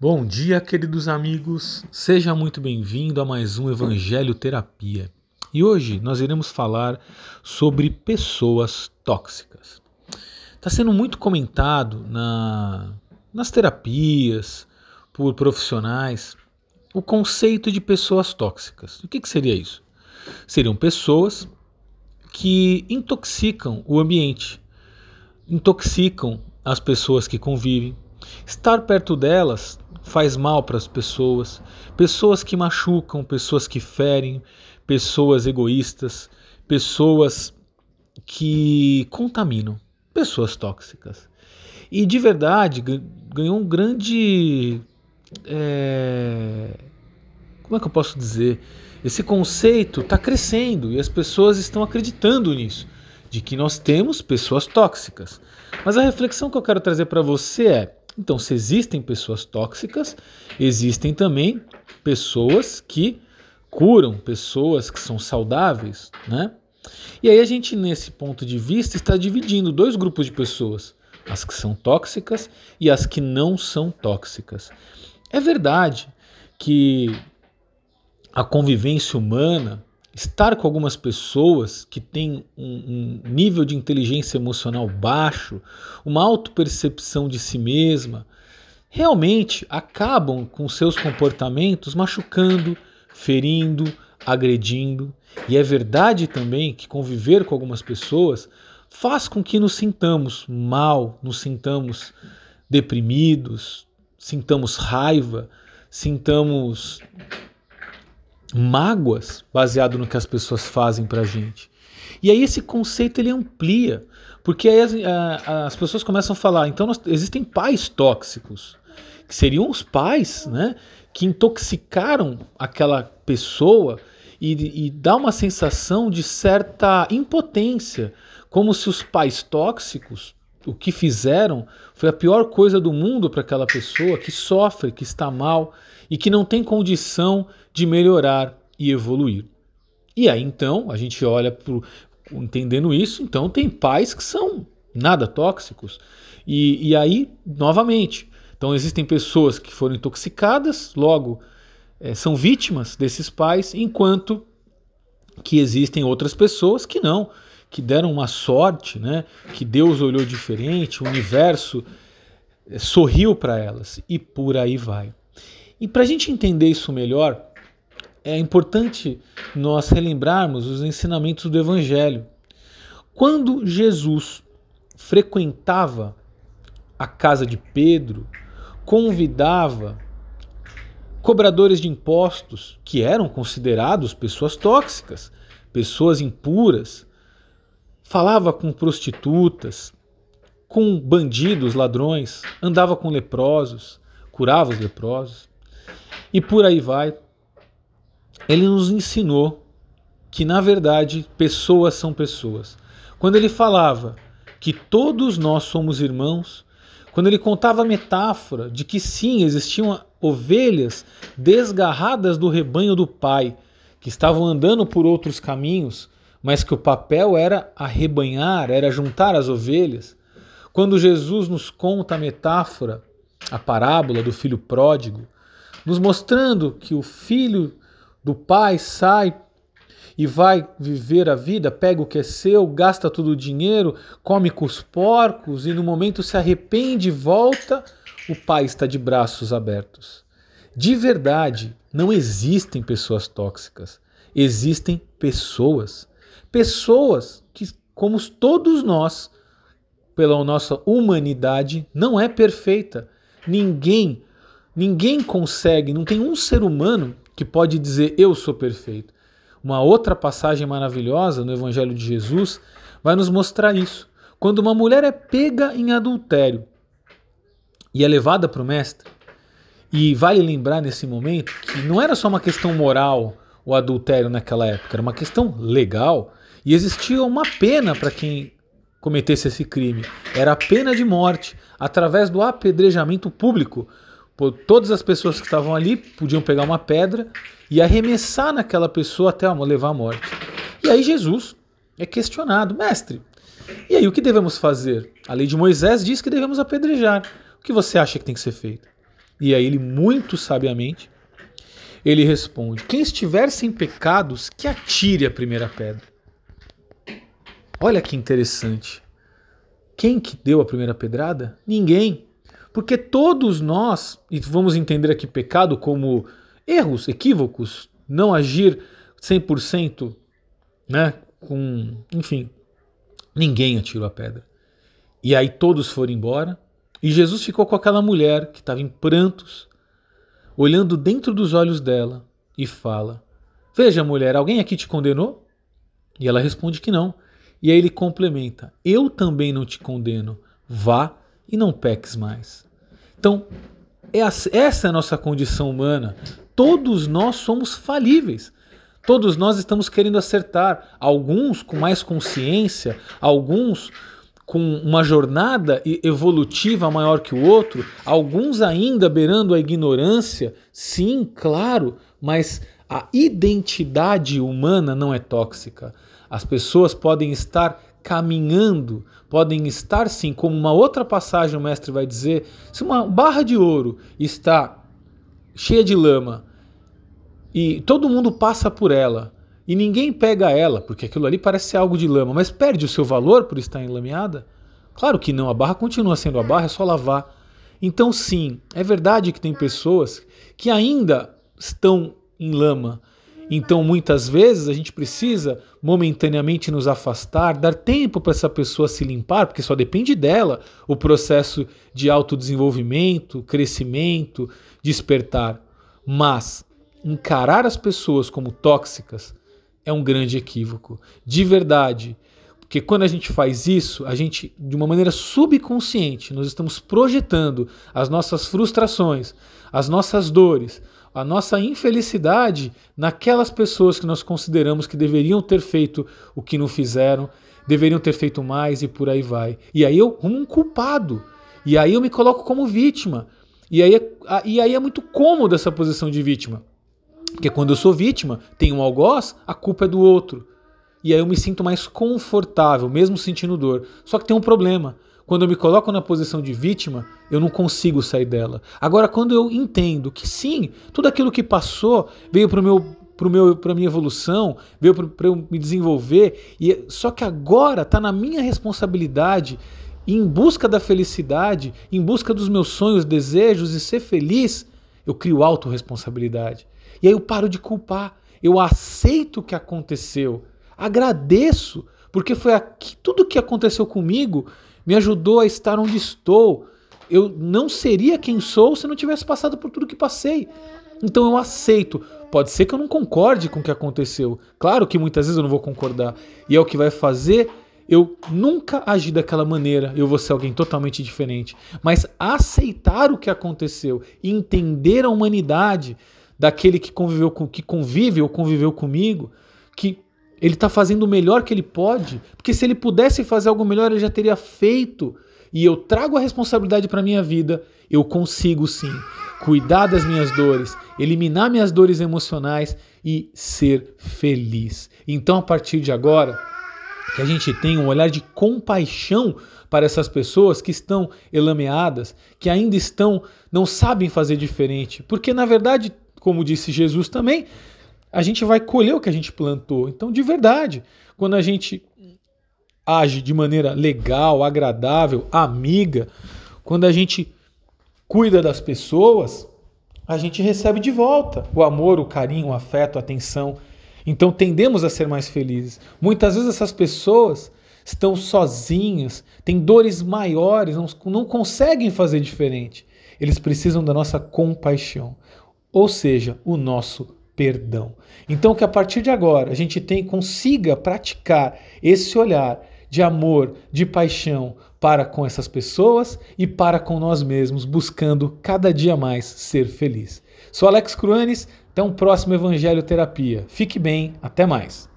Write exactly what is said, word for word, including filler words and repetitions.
Bom dia, queridos amigos. Seja muito bem-vindo a mais um Evangelho Terapia. E hoje nós iremos falar sobre pessoas tóxicas. Está sendo muito comentado na, nas terapias, por profissionais, o conceito de pessoas tóxicas. O que, que seria isso? Seriam pessoas que intoxicam o ambiente, intoxicam as pessoas que convivem. Estar perto delas faz mal para as pessoas, pessoas que machucam, pessoas que ferem, pessoas egoístas, pessoas que contaminam, pessoas tóxicas. E de verdade ganhou um grande... É, como é que eu posso dizer? Esse conceito está crescendo e as pessoas estão acreditando nisso, de que nós temos pessoas tóxicas. Mas a reflexão que eu quero trazer para você é: então, se existem pessoas tóxicas, existem também pessoas que curam, pessoas que são saudáveis, né? E aí a gente, nesse ponto de vista, está dividindo dois grupos de pessoas, as que são tóxicas e as que não são tóxicas. É verdade que a convivência humana, estar com algumas pessoas que têm um, um nível de inteligência emocional baixo, uma autopercepção de si mesma, realmente acabam com seus comportamentos machucando, ferindo, agredindo. E é verdade também que conviver com algumas pessoas faz com que nos sintamos mal, nos sintamos deprimidos, sintamos raiva, sintamos mágoas baseado no que as pessoas fazem pra gente. E aí esse conceito ele amplia, porque aí as, a, as pessoas começam a falar, então nós, existem pais tóxicos, que seriam os pais, né, que intoxicaram aquela pessoa e, e dá uma sensação de certa impotência, como se os pais tóxicos, o que fizeram foi a pior coisa do mundo para aquela pessoa que sofre, que está mal e que não tem condição de melhorar e evoluir. E aí então a gente olha pro, entendendo isso, então tem pais que são nada tóxicos. E, e aí, novamente, então existem pessoas que foram intoxicadas, logo é, são vítimas desses pais, enquanto que existem outras pessoas que não, que deram uma sorte, né? Que Deus olhou diferente, o universo é, sorriu para elas e por aí vai. E para a gente entender isso melhor, é importante nós relembrarmos os ensinamentos do Evangelho. Quando Jesus frequentava a casa de Pedro, convidava cobradores de impostos, que eram considerados pessoas tóxicas, pessoas impuras, falava com prostitutas, com bandidos, ladrões, andava com leprosos, curava os leprosos, e por aí vai. Ele nos ensinou que, na verdade, pessoas são pessoas. Quando ele falava que todos nós somos irmãos, quando ele contava a metáfora de que sim, existiam ovelhas desgarradas do rebanho do pai, que estavam andando por outros caminhos, mas que o papel era arrebanhar, era juntar as ovelhas. Quando Jesus nos conta a metáfora, a parábola do filho pródigo, nos mostrando que o filho do pai sai e vai viver a vida, pega o que é seu, gasta todo o dinheiro, come com os porcos e no momento se arrepende e volta, o pai está de braços abertos. De verdade, não existem pessoas tóxicas, existem pessoas. Pessoas que, como todos nós, pela nossa humanidade, não é perfeita. Ninguém, ninguém consegue, não tem um ser humano que pode dizer eu sou perfeito. Uma outra passagem maravilhosa no Evangelho de Jesus vai nos mostrar isso. Quando uma mulher é pega em adultério e é levada para o mestre, e vale lembrar nesse momento que não era só uma questão moral o adultério naquela época, era uma questão legal e existia uma pena para quem cometesse esse crime. Era a pena de morte através do apedrejamento público. Todas as pessoas que estavam ali podiam pegar uma pedra e arremessar naquela pessoa até levar à morte. E aí Jesus é questionado: mestre, e aí o que devemos fazer? A lei de Moisés diz que devemos apedrejar. O que você acha que tem que ser feito? E aí ele, muito sabiamente, ele responde: quem estiver sem pecados, que atire a primeira pedra. Olha que interessante. Quem que deu a primeira pedrada? Ninguém. Porque todos nós, e vamos entender aqui pecado como erros, equívocos, não agir cem por cento, né, com, enfim, ninguém atirou a pedra. E aí todos foram embora, e Jesus ficou com aquela mulher que estava em prantos, olhando dentro dos olhos dela e fala: veja, mulher, alguém aqui te condenou? E ela responde que não. E aí ele complementa: eu também não te condeno, vá e não peques mais. Então, essa é a nossa condição humana. Todos nós somos falíveis. Todos nós estamos querendo acertar. Alguns com mais consciência, alguns com uma jornada evolutiva maior que o outro, alguns ainda beirando a ignorância, sim, claro, mas a identidade humana não é tóxica. As pessoas podem estar caminhando, podem estar sim, como uma outra passagem o mestre vai dizer, se uma barra de ouro está cheia de lama e todo mundo passa por ela e ninguém pega ela, porque aquilo ali parece ser algo de lama, mas perde o seu valor por estar enlameada? Claro que não, a barra continua sendo a barra, é só lavar. Então sim, é verdade que tem pessoas que ainda estão em lama. Então muitas vezes a gente precisa momentaneamente nos afastar, dar tempo para essa pessoa se limpar, porque só depende dela o processo de autodesenvolvimento, crescimento, despertar. Mas encarar as pessoas como tóxicas é um grande equívoco, de verdade. Porque quando a gente faz isso, a gente, de uma maneira subconsciente, nós estamos projetando as nossas frustrações, as nossas dores, a nossa infelicidade naquelas pessoas que nós consideramos que deveriam ter feito o que não fizeram, deveriam ter feito mais e por aí vai. E aí eu rumo um culpado. E aí eu me coloco como vítima. E aí, e aí é muito cômodo essa posição de vítima. Porque quando eu sou vítima, tenho um algoz, a culpa é do outro. E aí eu me sinto mais confortável, mesmo sentindo dor. Só que tem um problema. Quando eu me coloco na posição de vítima, eu não consigo sair dela. Agora, quando eu entendo que sim, tudo aquilo que passou veio para meu, pro meu, a minha evolução, veio para eu me desenvolver, e só que agora está na minha responsabilidade, em busca da felicidade, em busca dos meus sonhos, desejos e ser feliz, eu crio autorresponsabilidade. E aí eu paro de culpar, eu aceito o que aconteceu, agradeço, porque foi aqui, tudo o que aconteceu comigo me ajudou a estar onde estou. Eu não seria quem sou se não tivesse passado por tudo que passei. Então eu aceito. Pode ser que eu não concorde com o que aconteceu. Claro que muitas vezes eu não vou concordar. E é o que vai fazer eu nunca agir daquela maneira. Eu vou ser alguém totalmente diferente. Mas aceitar o que aconteceu, entender a humanidade daquele que conviveu com, que convive ou conviveu comigo, que ele está fazendo o melhor que ele pode, porque se ele pudesse fazer algo melhor, ele já teria feito. E eu trago a responsabilidade para a minha vida, eu consigo sim cuidar das minhas dores, eliminar minhas dores emocionais e ser feliz. Então, a partir de agora, que a gente tenha um olhar de compaixão para essas pessoas que estão elameadas, que ainda estão, não sabem fazer diferente. Porque, na verdade, como disse Jesus também, a gente vai colher o que a gente plantou. Então, de verdade, quando a gente age de maneira legal, agradável, amiga, quando a gente cuida das pessoas, a gente recebe de volta o amor, o carinho, o afeto, a atenção. Então, tendemos a ser mais felizes. Muitas vezes essas pessoas estão sozinhas, têm dores maiores, não, não conseguem fazer diferente. Eles precisam da nossa compaixão, ou seja, o nosso perdão. Então que a partir de agora a gente tem, consiga praticar esse olhar de amor, de paixão para com essas pessoas e para com nós mesmos, buscando cada dia mais ser feliz. Sou Alex Cruanes, até um próximo Evangelho Terapia. Fique bem, até mais.